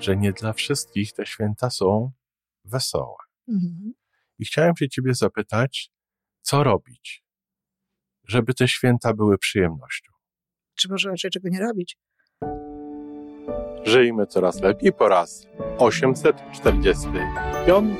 że nie dla wszystkich te święta są wesołe. Mhm. I chciałem się ciebie zapytać, co robić, żeby te święta były przyjemnością? Czy może raczej czego nie robić? Żyjmy coraz lepiej po raz 845.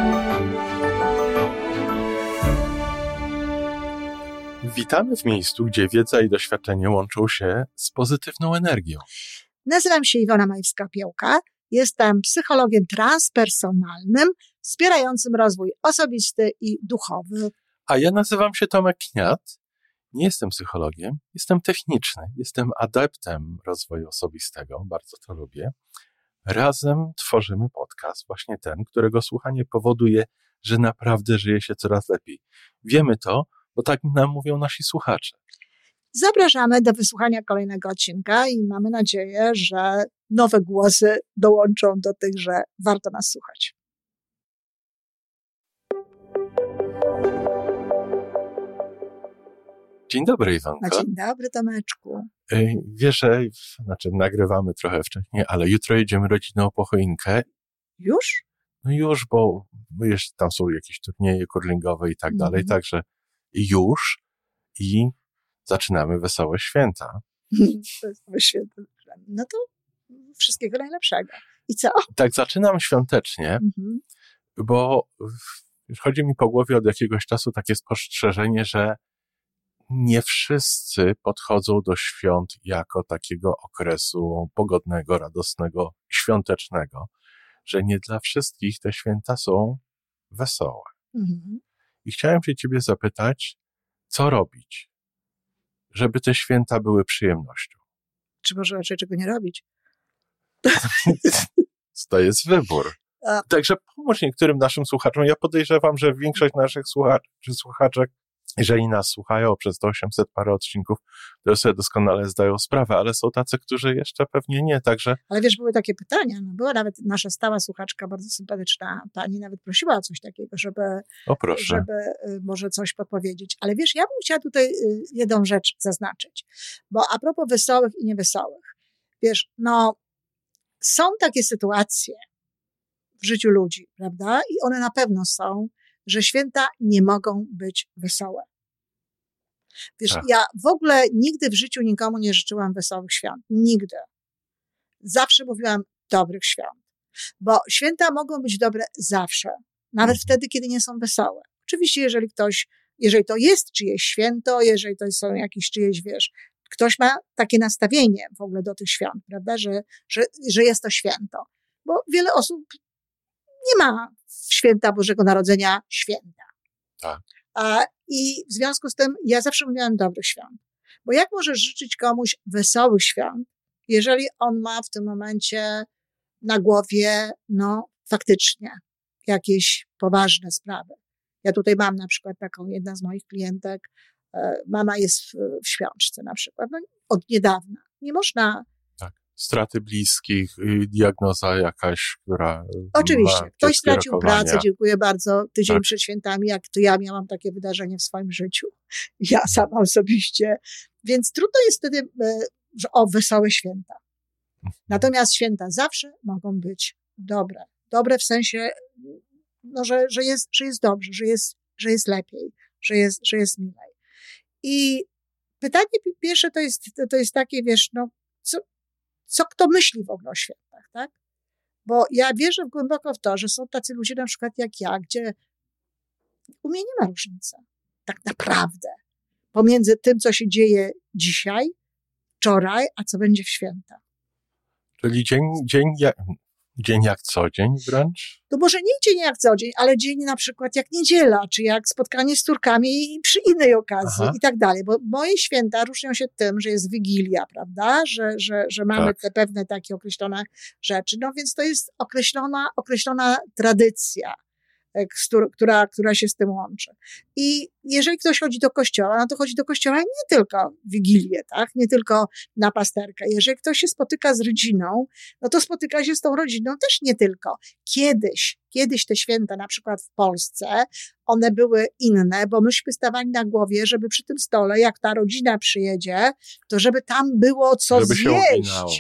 Witamy w miejscu, gdzie wiedza i doświadczenie łączą się z pozytywną energią. Nazywam się Iwona Majewska-Piołka. Jestem psychologiem transpersonalnym, wspierającym rozwój osobisty i duchowy. A ja nazywam się Tomek Kniat. Nie jestem psychologiem, jestem techniczny, jestem adeptem rozwoju osobistego, bardzo to lubię. Razem tworzymy podcast, właśnie ten, którego słuchanie powoduje, że naprawdę żyje się coraz lepiej. Wiemy to, bo tak nam mówią nasi słuchacze. Zapraszamy do wysłuchania kolejnego odcinka i mamy nadzieję, że nowe głosy dołączą do tych, że warto nas słuchać. Dzień dobry, Iwanko. Dzień dobry, Tomeczku. Wiesz, że nagrywamy trochę wcześniej, ale jutro jedziemy rodzinną po choinkę. Już? No już, bo wiesz, tam są jakieś turnieje curlingowe i tak dalej, także już i zaczynamy wesołe święta. Wesołe święta. No to wszystkiego najlepszego. I co? Tak, zaczynam świątecznie, bo chodzi mi po głowie od jakiegoś czasu takie spostrzeżenie, że nie wszyscy podchodzą do świąt jako takiego okresu pogodnego, radosnego, świątecznego, że nie dla wszystkich te święta są wesołe. I chciałem się ciebie zapytać, co robić, żeby te święta były przyjemnością? Czy może raczej czego nie robić? To jest wybór. Także pomóż niektórym naszym słuchaczom. Ja podejrzewam, że większość naszych słuchaczek, jeżeli nas słuchają przez te 800 parę odcinków, to sobie doskonale zdają sprawę, ale są tacy, którzy jeszcze pewnie nie, także... Ale wiesz, były takie pytania, była nawet nasza stała słuchaczka, bardzo sympatyczna pani, nawet prosiła o coś takiego, żeby może coś podpowiedzieć. Ale wiesz, ja bym chciała tutaj jedną rzecz zaznaczyć, bo a propos wesołych i niewesołych, wiesz, są takie sytuacje w życiu ludzi, prawda? I one na pewno są, że święta nie mogą być wesołe. Wiesz, ja w ogóle nigdy w życiu nikomu nie życzyłam wesołych świąt. Nigdy. Zawsze mówiłam dobrych świąt. Bo święta mogą być dobre zawsze. Nawet wtedy, kiedy nie są wesołe. Oczywiście, jeżeli to jest czyjeś święto, jeżeli to są jakieś czyjeś, wiesz, ktoś ma takie nastawienie w ogóle do tych świąt, prawda, że jest to święto. Bo wiele osób nie ma święta Bożego Narodzenia święta. Tak. I w związku z tym ja zawsze mówiłam dobrych świąt. Bo jak możesz życzyć komuś wesołych świąt, jeżeli on ma w tym momencie na głowie, faktycznie jakieś poważne sprawy. Ja tutaj mam na przykład jedna z moich klientek, mama jest w śpiączce na przykład, od niedawna. Nie można... Straty bliskich, diagnoza jakaś, która oczywiście, ktoś stracił pracę, dziękuję bardzo, tydzień przed świętami, jak to ja miałam takie wydarzenie w swoim życiu. Ja sama osobiście. Więc trudno jest wtedy o wesołe święta. Natomiast święta zawsze mogą być dobre. Dobre w sensie, że jest dobrze, że jest lepiej, że jest milej. I pytanie pierwsze to jest takie, wiesz, co kto myśli w ogóle o świętach, tak? Bo ja wierzę głęboko w to, że są tacy ludzie na przykład jak ja, gdzie u mnie nie ma różnicy. Tak naprawdę. Pomiędzy tym, co się dzieje dzisiaj, wczoraj, a co będzie w święta. Czyli dzień jak co dzień wręcz? To może nie dzień jak co dzień, ale dzień na przykład jak niedziela, czy jak spotkanie z Turkami i przy innej okazji i tak dalej. Bo moje święta różnią się tym, że jest Wigilia, prawda? Że mamy te pewne takie określone rzeczy. Więc to jest określona tradycja, która się z tym łączy. I jeżeli ktoś chodzi do kościoła, to chodzi do kościoła nie tylko w Wigilię, tak? Nie tylko na pasterkę. Jeżeli ktoś się spotyka z rodziną, to spotyka się z tą rodziną też nie tylko. Kiedyś te święta, na przykład w Polsce, one były inne, bo myśmy stawali na głowie, żeby przy tym stole, jak ta rodzina przyjedzie, to żeby tam było co żeby zjeść. Się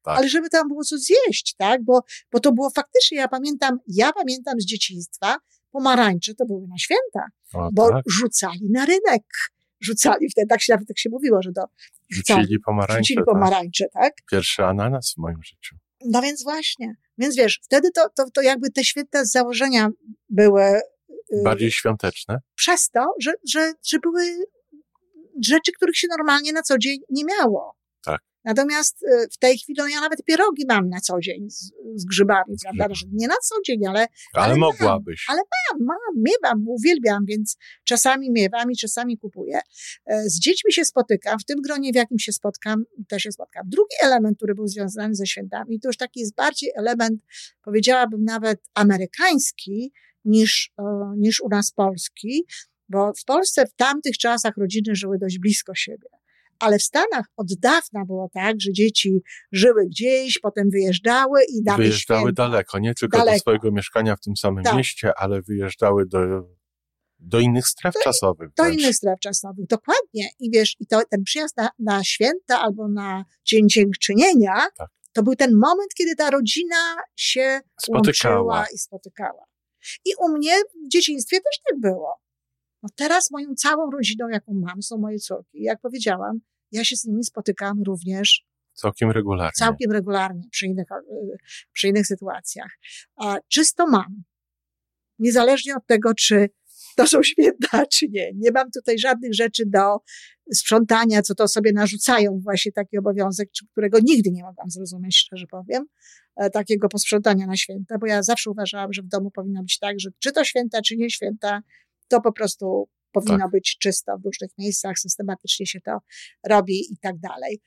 ale żeby tam było co zjeść, tak? Bo to było faktycznie, ja pamiętam z dzieciństwa, pomarańcze to były na święta, bo rzucali na rynek. Rzucali wtedy, tak się mówiło, że rzucili pomarańcze, tak? Pierwszy ananas w moim życiu. No więc właśnie. Więc wiesz, wtedy to jakby te święta z założenia były bardziej świąteczne. Przez to, że były rzeczy, których się normalnie na co dzień nie miało. Tak. Natomiast w tej chwili, ja nawet pierogi mam na co dzień z grzybami, prawda? Nie na co dzień, ale mogłabyś. Ale miewam, uwielbiam, więc czasami miewam i czasami kupuję. Z dziećmi się spotykam, w tym gronie, w jakim się spotkam, też się spotkam. Drugi element, który był związany ze świętami, to już taki jest bardziej element, powiedziałabym nawet amerykański, niż u nas polski, bo w Polsce w tamtych czasach rodziny żyły dość blisko siebie. Ale w Stanach od dawna było tak, że dzieci żyły gdzieś, potem wyjeżdżały i dały wyjeżdżały święta. daleko, nie tylko do swojego mieszkania w tym samym mieście, ale wyjeżdżały do innych stref czasowych. Do innych stref czasowych, dokładnie. I wiesz, ten przyjazd na święta albo na Dzień Dziękczynienia, to był ten moment, kiedy ta rodzina się łączyła i spotykała. I u mnie w dzieciństwie też tak było. No teraz moją całą rodziną, jaką mam, są moje córki. Jak powiedziałam, ja się z nimi spotykam również całkiem regularnie przy innych sytuacjach. A czysto mam. Niezależnie od tego, czy to są święta, czy nie. Nie mam tutaj żadnych rzeczy do sprzątania, co to sobie narzucają właśnie taki obowiązek, którego nigdy nie mogłam zrozumieć, szczerze powiem, takiego posprzątania na święta, bo ja zawsze uważałam, że w domu powinno być tak, że czy to święta, czy nie święta, to po prostu powinno być czysto w różnych miejscach, systematycznie się to robi i tak dalej.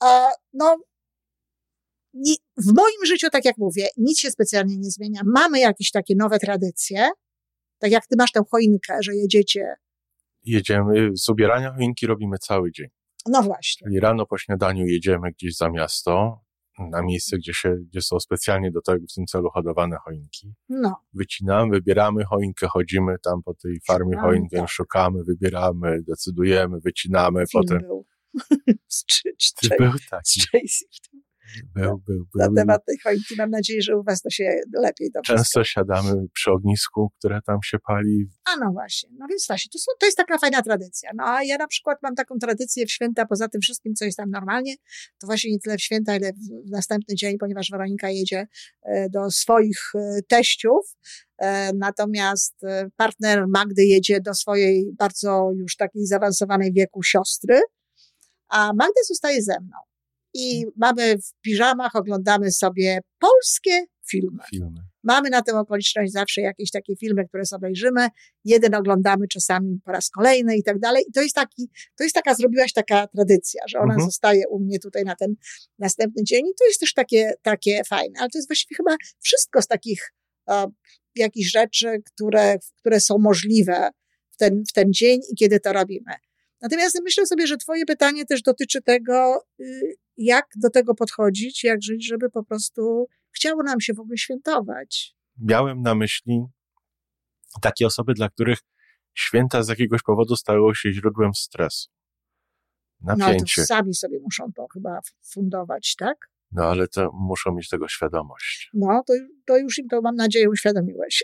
W moim życiu, tak jak mówię, nic się specjalnie nie zmienia. Mamy jakieś takie nowe tradycje, tak jak ty masz tę choinkę, że jedziecie. Jedziemy, z ubierania choinki robimy cały dzień. No właśnie. Czyli rano po śniadaniu jedziemy gdzieś za miasto, na miejsce, gdzie są specjalnie do tego w tym celu hodowane choinki. No. Wycinamy, wybieramy choinkę, chodzimy tam po tej farmie choinkę, szukamy, wybieramy, decydujemy, wycinamy. Film potem był. Był taki. Był. Na temat tej choinki mam nadzieję, że u was to się lepiej to Często siadamy przy ognisku, które tam się pali. A no właśnie. No więc właśnie, to jest taka fajna tradycja. No a ja na przykład mam taką tradycję w święta, poza tym wszystkim, co jest tam normalnie, to właśnie nie tyle w święta, ile w następny dzień, ponieważ Weronika jedzie do swoich teściów, natomiast partner Magdy jedzie do swojej bardzo już takiej zaawansowanej wieku siostry, a Magda zostaje ze mną. I mamy w piżamach, oglądamy sobie polskie filmy. Mamy na tę okoliczność zawsze jakieś takie filmy, które sobie obejrzymy. Jeden oglądamy czasami po raz kolejny i tak dalej. I zrobiłaś taka tradycja, że ona zostaje u mnie tutaj na ten następny dzień. I to jest też takie fajne. Ale to jest właściwie chyba wszystko z takich jakichś rzeczy, które są możliwe w ten dzień i kiedy to robimy. Natomiast myślę sobie, że twoje pytanie też dotyczy tego, jak do tego podchodzić, jak żyć, żeby po prostu chciało nam się w ogóle świętować. Miałem na myśli takie osoby, dla których święta z jakiegoś powodu stały się źródłem stresu. Napięcie. No to sami sobie muszą to chyba fundować, tak? No ale to muszą mieć tego świadomość. No to już im to, mam nadzieję, uświadomiłeś.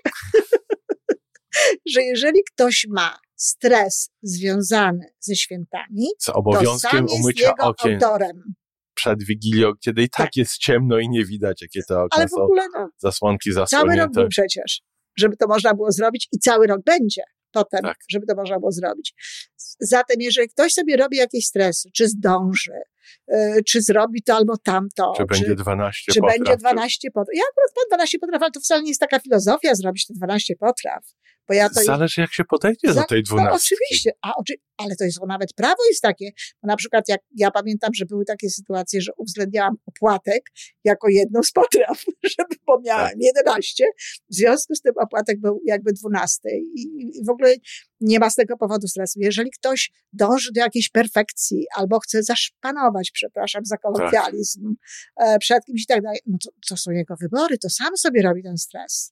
Że jeżeli ktoś ma stres związany ze świętami, z obowiązkiem to sam umycia jest jego okien autorem. Przed Wigilią, kiedy i tak jest ciemno i nie widać, jakie te okna są. Ale w ogóle zasłonki zasłonięte. Cały rok był przecież, żeby to można było zrobić i cały rok będzie potem, żeby to można było zrobić. Zatem jeżeli ktoś sobie robi jakieś stresy, czy zdąży, czy zrobi to albo tamto. Czy będzie 12 czy potraw. Będzie 12 potraw. Ja akurat mam 12 potraw, ale to wcale nie jest taka filozofia zrobić te 12 potraw. Bo ja to zależy jak się podejdzie do tej 12. No oczywiście, ale to jest nawet prawo jest takie. Bo na przykład ja pamiętam, że były takie sytuacje, że uwzględniałam opłatek jako jedną z potraw, bo miałam 11. W związku z tym opłatek był jakby 12. I w ogóle nie ma z tego powodu stresu. Jeżeli ktoś dąży do jakiejś perfekcji albo chce zaszpanować, przepraszam za kolokwializm, przed kimś i tak dalej, no to są jego wybory, to sam sobie robi ten stres.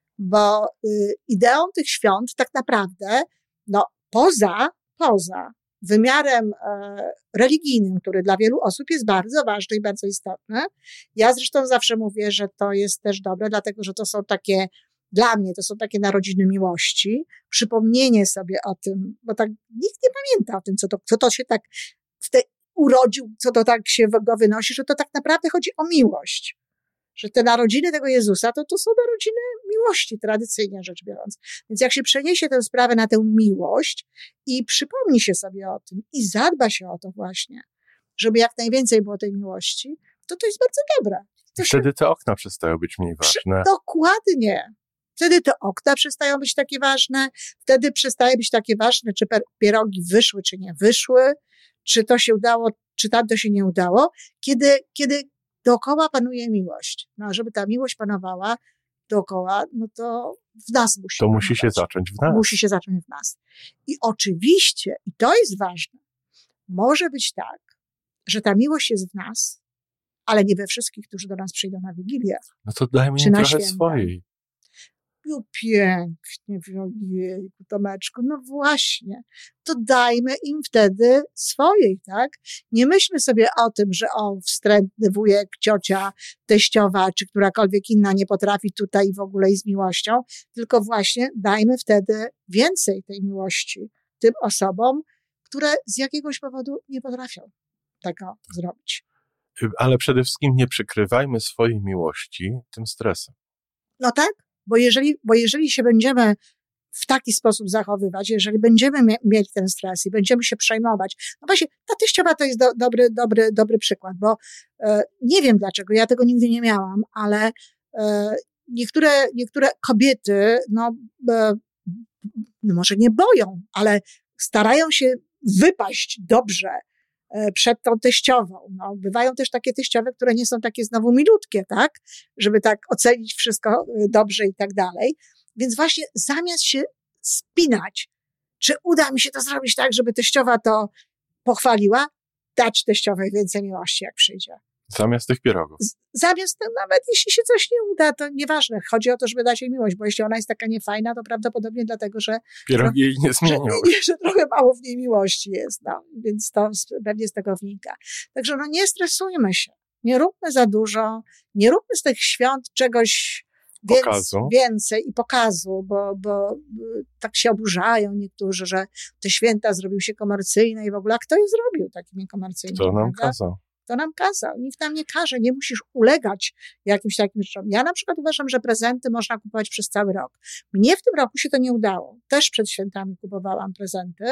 Bo ideą tych świąt tak naprawdę, no poza wymiarem religijnym, który dla wielu osób jest bardzo ważny i bardzo istotny. Ja zresztą zawsze mówię, że to jest też dobre, dlatego że to są takie, dla mnie to są takie narodziny miłości, przypomnienie sobie o tym, bo tak nikt nie pamięta o tym, co to się tak urodził, co to tak się go wynosi, że to tak naprawdę chodzi o miłość. Że te narodziny tego Jezusa, to są narodziny miłości, tradycyjnie rzecz biorąc. Więc jak się przeniesie tę sprawę na tę miłość i przypomni się sobie o tym i zadba się o to właśnie, żeby jak najwięcej było tej miłości, to jest bardzo dobre. Wtedy te okna przestają być mniej ważne. Dokładnie. Wtedy te okna przestają być takie ważne, wtedy przestaje być takie ważne, czy pierogi wyszły, czy nie wyszły, czy to się udało, czy tamto się nie udało, kiedy dookoła panuje miłość. No, a żeby ta miłość panowała dookoła, no to w nas musi to musi się zacząć w nas. Musi się zacząć w nas. I oczywiście, i to jest ważne, może być tak, że ta miłość jest w nas, ale nie we wszystkich, którzy do nas przyjdą na Wigilię. No to dajmy im trochę swojej. No pięknie, ojejku, Tomeczku, no właśnie, to dajmy im wtedy swojej, tak? Nie myślmy sobie o tym, że wstrętny wujek, ciocia, teściowa, czy którakolwiek inna nie potrafi tutaj w ogóle i z miłością, tylko właśnie dajmy wtedy więcej tej miłości tym osobom, które z jakiegoś powodu nie potrafią tego zrobić. Ale przede wszystkim nie przykrywajmy swojej miłości tym stresem. No tak? Bo jeżeli się będziemy w taki sposób zachowywać, jeżeli będziemy mieli ten stres i będziemy się przejmować, no właśnie, ta teściowa to jest dobry przykład, bo nie wiem dlaczego, ja tego nigdy nie miałam, ale niektóre kobiety, no może nie boją, ale starają się wypaść dobrze przed tą teściową. No, bywają też takie teściowe, które nie są takie znowu milutkie, tak? Żeby tak ocenić wszystko dobrze i tak dalej. Więc właśnie zamiast się spinać, czy uda mi się to zrobić tak, żeby teściowa to pochwaliła, dać teściowej więcej miłości, jak przyjdzie. Zamiast tych pierogów. Zamiast, nawet jeśli się coś nie uda, to nieważne. Chodzi o to, żeby dać jej miłość, bo jeśli ona jest taka niefajna, to prawdopodobnie dlatego, że pierogi jej nie zmienią. Że trochę mało w niej miłości jest, no. Więc to pewnie z tego wynika. Także nie stresujmy się. Nie róbmy za dużo. Nie róbmy z tych świąt czegoś więcej i pokazu, bo tak się oburzają niektórzy, że te święta zrobił się komercyjne i w ogóle. A kto je zrobił takimi komercyjnymi? Kto nam kazał? To nam kazał. Nikt nam nie każe. Nie musisz ulegać jakimś takim rzeczom. Ja na przykład uważam, że prezenty można kupować przez cały rok. Mnie w tym roku się to nie udało. Też przed świętami kupowałam prezenty,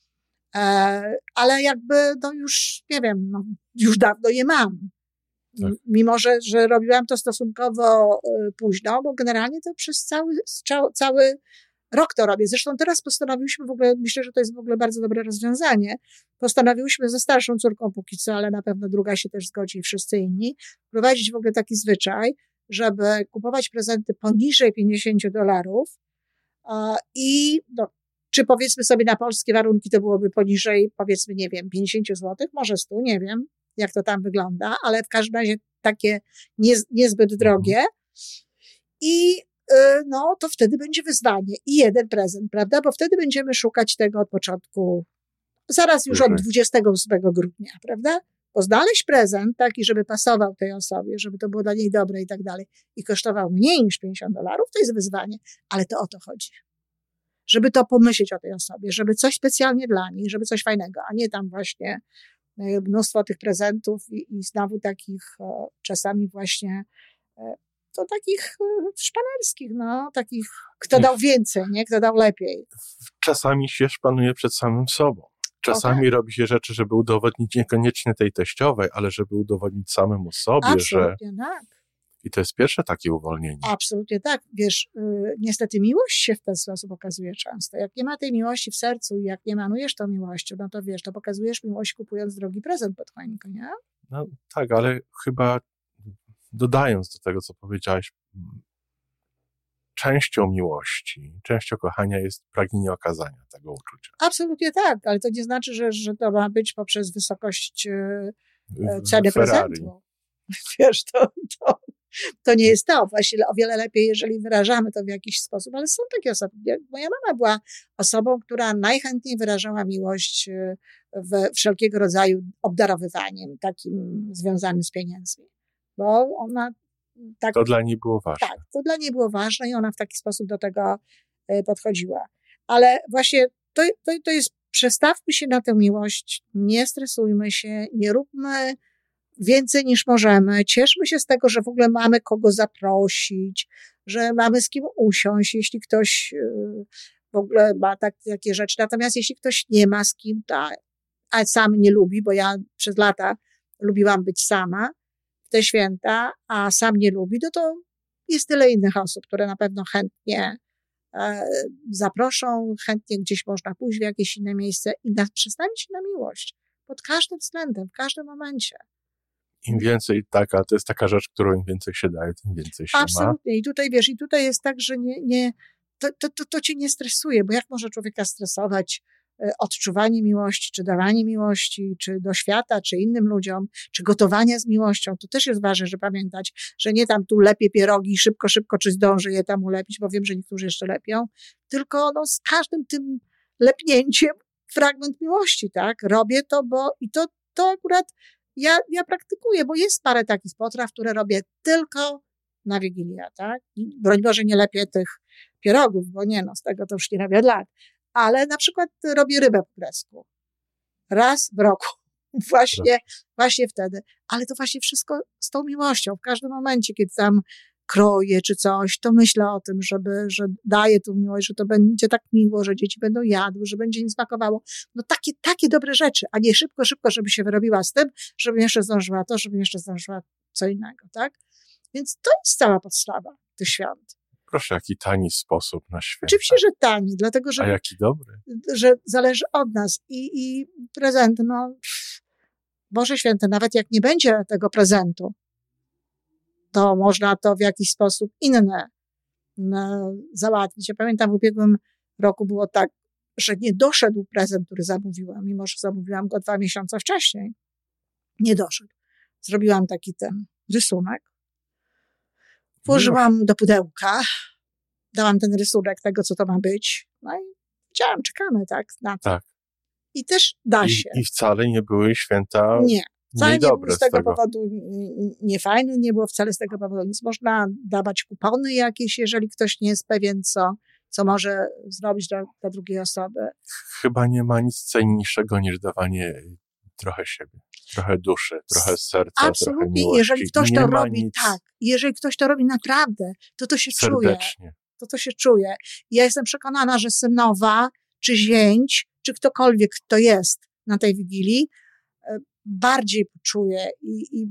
ale jakby, już nie wiem, już dawno je mam. Tak. Mimo, że robiłam to stosunkowo późno, bo generalnie to przez cały rok to robię. Zresztą teraz postanowiłyśmy w ogóle, myślę, że to jest w ogóle bardzo dobre rozwiązanie, postanowiłyśmy ze starszą córką póki co, ale na pewno druga się też zgodzi i wszyscy inni, wprowadzić w ogóle taki zwyczaj, żeby kupować prezenty poniżej $50 i czy powiedzmy sobie na polskie warunki to byłoby poniżej, powiedzmy, nie wiem, 50 zł, może 100, nie wiem, jak to tam wygląda, ale w każdym razie takie niezbyt drogie i to wtedy będzie wyzwanie i jeden prezent, prawda? Bo wtedy będziemy szukać tego od początku, zaraz już od 28 grudnia, prawda? Bo znaleźć prezent taki, żeby pasował tej osobie, żeby to było dla niej dobre i tak dalej i kosztował mniej niż $50, to jest wyzwanie, ale to o to chodzi. Żeby to pomyśleć o tej osobie, żeby coś specjalnie dla niej, żeby coś fajnego, a nie tam właśnie mnóstwo tych prezentów i znowu takich czasami właśnie to takich szpanerskich, takich, kto dał więcej, nie? Kto dał lepiej. Czasami się szpanuje przed samym sobą. Czasami robi się rzeczy, żeby udowodnić niekoniecznie tej teściowej, ale żeby udowodnić samemu sobie, absolutnie tak. I to jest pierwsze takie uwolnienie. Absolutnie tak. Wiesz, niestety miłość się w ten sposób okazuje często. Jak nie ma tej miłości w sercu i jak nie manujesz tą miłością, no to wiesz, to pokazujesz miłość kupując drogi prezent pod choinkę, nie? No tak, ale chyba dodając do tego, co powiedziałaś, częścią miłości, częścią kochania jest pragnienie okazania tego uczucia. Absolutnie tak, ale to nie znaczy, że to ma być poprzez wysokość ceny prezentu. Wiesz, to To nie jest to. Właśnie o wiele lepiej, jeżeli wyrażamy to w jakiś sposób, ale są takie osoby. Moja mama była osobą, która najchętniej wyrażała miłość wszelkiego rodzaju obdarowywaniem, takim związanym z pieniędzmi. Bo ona tak... To dla niej było ważne. Tak, to dla niej było ważne i ona w taki sposób do tego podchodziła. Ale właśnie to jest, przestawmy się na tę miłość, nie stresujmy się, nie róbmy więcej niż możemy. Cieszmy się z tego, że w ogóle mamy kogo zaprosić, że mamy z kim usiąść, jeśli ktoś w ogóle ma takie rzeczy. Natomiast jeśli ktoś nie ma z kim, a sam nie lubi, bo ja przez lata lubiłam być sama w te święta, a sam nie lubi, to jest tyle innych osób, które na pewno chętnie zaproszą, chętnie gdzieś można pójść w jakieś inne miejsce i przestawić się na miłość. Pod każdym względem, w każdym momencie. Im więcej, a to jest taka rzecz, którą im więcej się daje, tym więcej się Absolutnie. ma. Absolutnie. I tutaj wiesz, jest tak, że to cię nie stresuje, bo jak może człowieka stresować odczuwanie miłości, czy dawanie miłości, czy do świata, czy innym ludziom, czy gotowanie z miłością. To też jest ważne, że pamiętać, że nie tam tu lepię pierogi szybko, czy zdążę je tam ulepić, bo wiem, że niektórzy jeszcze lepią, tylko z każdym tym lepnięciem fragment miłości, tak? Robię to, to akurat ja praktykuję, bo jest parę takich potraw, które robię tylko na Wigilię, tak? I broń Boże nie lepię tych pierogów, bo z tego to już nie robię od lat. Ale na przykład robię rybę po grecku. Raz w roku. Właśnie wtedy. Ale to właśnie wszystko z tą miłością. W każdym momencie, kiedy tam kroję czy coś, to myślę o tym, że daję tu miłość, że to będzie tak miło, że dzieci będą jadły, że będzie im smakowało. Takie dobre rzeczy, a nie szybko, żeby się wyrobiła z tym, żebym jeszcze zdążyła to, żebym jeszcze zdążyła co innego, tak? Więc to jest cała podstawa tych świąt. Proszę, jaki tani sposób na święta. Oczywiście, że tani, dlatego, że... A jaki dobry. Że zależy od nas. I prezent, Boże Święte, nawet jak nie będzie tego prezentu, to można to w jakiś sposób inny załatwić. Ja pamiętam, w ubiegłym roku było tak, że nie doszedł prezent, który zamówiłam, mimo że zamówiłam go 2 miesiące wcześniej. Nie doszedł. Zrobiłam taki ten rysunek. Włożyłam do pudełka, dałam ten rysunek tego, co to ma być. No i widziałam, czekamy, tak, na to. Tak. I też da się. I wcale nie były święta wcale nie dobre z tego powodu niefajne, nie było wcale z tego powodu nic. Można dawać kupony jakieś, jeżeli ktoś nie jest pewien, co może zrobić dla drugiej osoby. Chyba nie ma nic cenniejszego niż dawanie trochę siebie, trochę duszy, trochę serca, absolutnie. Trochę miłości. Jeżeli ktoś to robi, jeżeli ktoś to robi naprawdę, to się serdecznie. Czuje. To się czuje. Ja jestem przekonana, że synowa, czy zięć, czy ktokolwiek, kto jest na tej Wigilii, bardziej poczuje i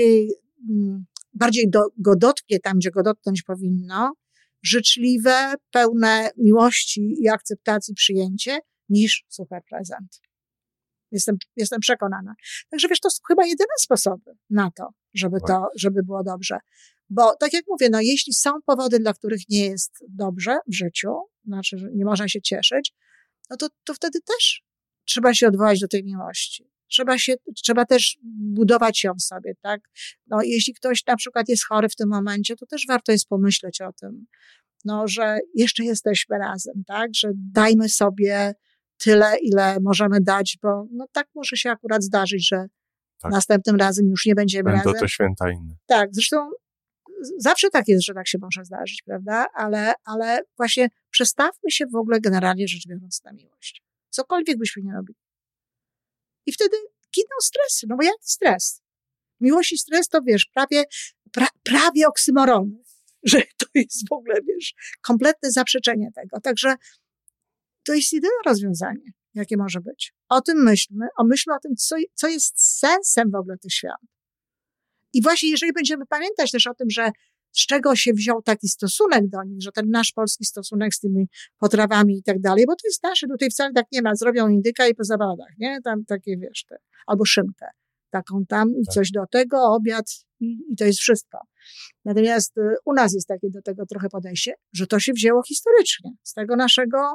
bardziej go dotknie tam, gdzie go dotknąć powinno, życzliwe, pełne miłości i akceptacji przyjęcie, niż super prezent. Jestem przekonana. Także wiesz, to są chyba jedyne sposoby na to, żeby było dobrze. Bo tak jak mówię, jeśli są powody, dla których nie jest dobrze w życiu, znaczy, że nie można się cieszyć, to wtedy też trzeba się odwołać do tej miłości. Trzeba też budować ją w sobie, tak? Jeśli ktoś na przykład jest chory w tym momencie, to też warto jest pomyśleć o tym, że jeszcze jesteśmy razem, tak? Że dajmy sobie tyle, ile możemy dać, bo tak może się akurat zdarzyć, że następnym razem już nie będziemy razem. Będą to święta inne. Tak, zresztą zawsze tak jest, że tak się może zdarzyć, prawda? Ale właśnie przestawmy się w ogóle generalnie rzecz biorąc na miłość. Cokolwiek byśmy nie robili. I wtedy giną stresy, bo jaki stres? Miłość i stres to wiesz, prawie oksymorony, że to jest w ogóle, wiesz, kompletne zaprzeczenie tego. Także to jest jedyne rozwiązanie, jakie może być. O tym myślmy o tym, co jest sensem w ogóle tych świąt. I właśnie jeżeli będziemy pamiętać też o tym, że z czego się wziął taki stosunek do nich, że ten nasz polski stosunek z tymi potrawami i tak dalej, bo to jest nasze, tutaj wcale tak nie ma, zrobią indyka i po zawodach, nie? Tam takie, wiesz, albo szynkę, taką tam i coś do tego, obiad i to jest wszystko. Natomiast u nas jest takie do tego trochę podejście, że to się wzięło historycznie, z tego naszego,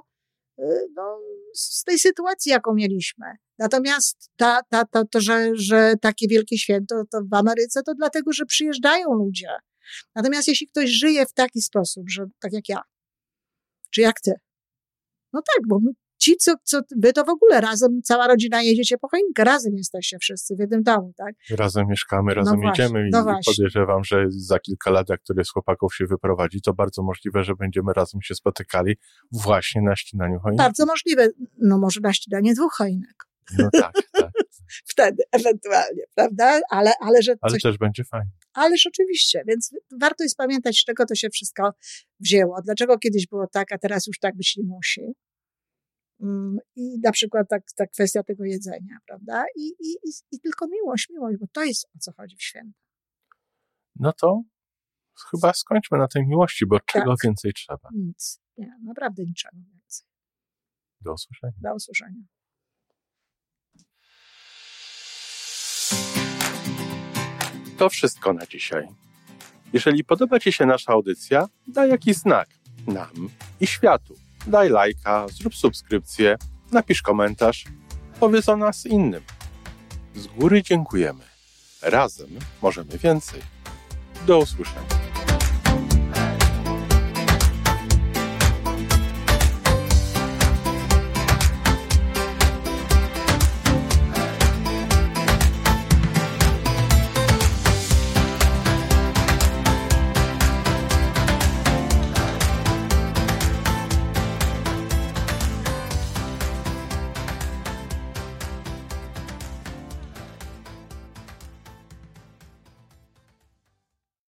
z tej sytuacji, jaką mieliśmy. Natomiast że takie wielkie święto to w Ameryce to dlatego, że przyjeżdżają ludzie Natomiast jeśli ktoś żyje w taki sposób, że tak jak ja, czy jak ty, no tak, bo wy to w ogóle razem, cała rodzina jedziecie po choinkę, razem jesteście wszyscy w jednym domu, tak? Razem mieszkamy, razem jedziemy i podejrzewam, że za kilka lat, jak któryś z chłopaków się wyprowadzi, to bardzo możliwe, że będziemy razem się spotykali właśnie na ścinaniu choinek. Bardzo możliwe, no może na ścinanie 2 choinek. No tak. Wtedy ewentualnie, prawda? Ale też będzie fajnie. Ależ oczywiście, więc warto jest pamiętać, z czego to się wszystko wzięło. Dlaczego kiedyś było tak, a teraz już tak być nie musi. I na przykład ta kwestia tego jedzenia, prawda? I tylko miłość, bo to jest, o co chodzi w święta. No to chyba skończmy na tej miłości, bo czego więcej trzeba? Nic. Nie, naprawdę niczego więcej. Do usłyszenia. Do usłyszenia. To wszystko na dzisiaj. Jeżeli podoba Ci się nasza audycja, daj jakiś znak nam i światu. Daj lajka, zrób subskrypcję, napisz komentarz, powiedz o nas innym. Z góry dziękujemy. Razem możemy więcej. Do usłyszenia.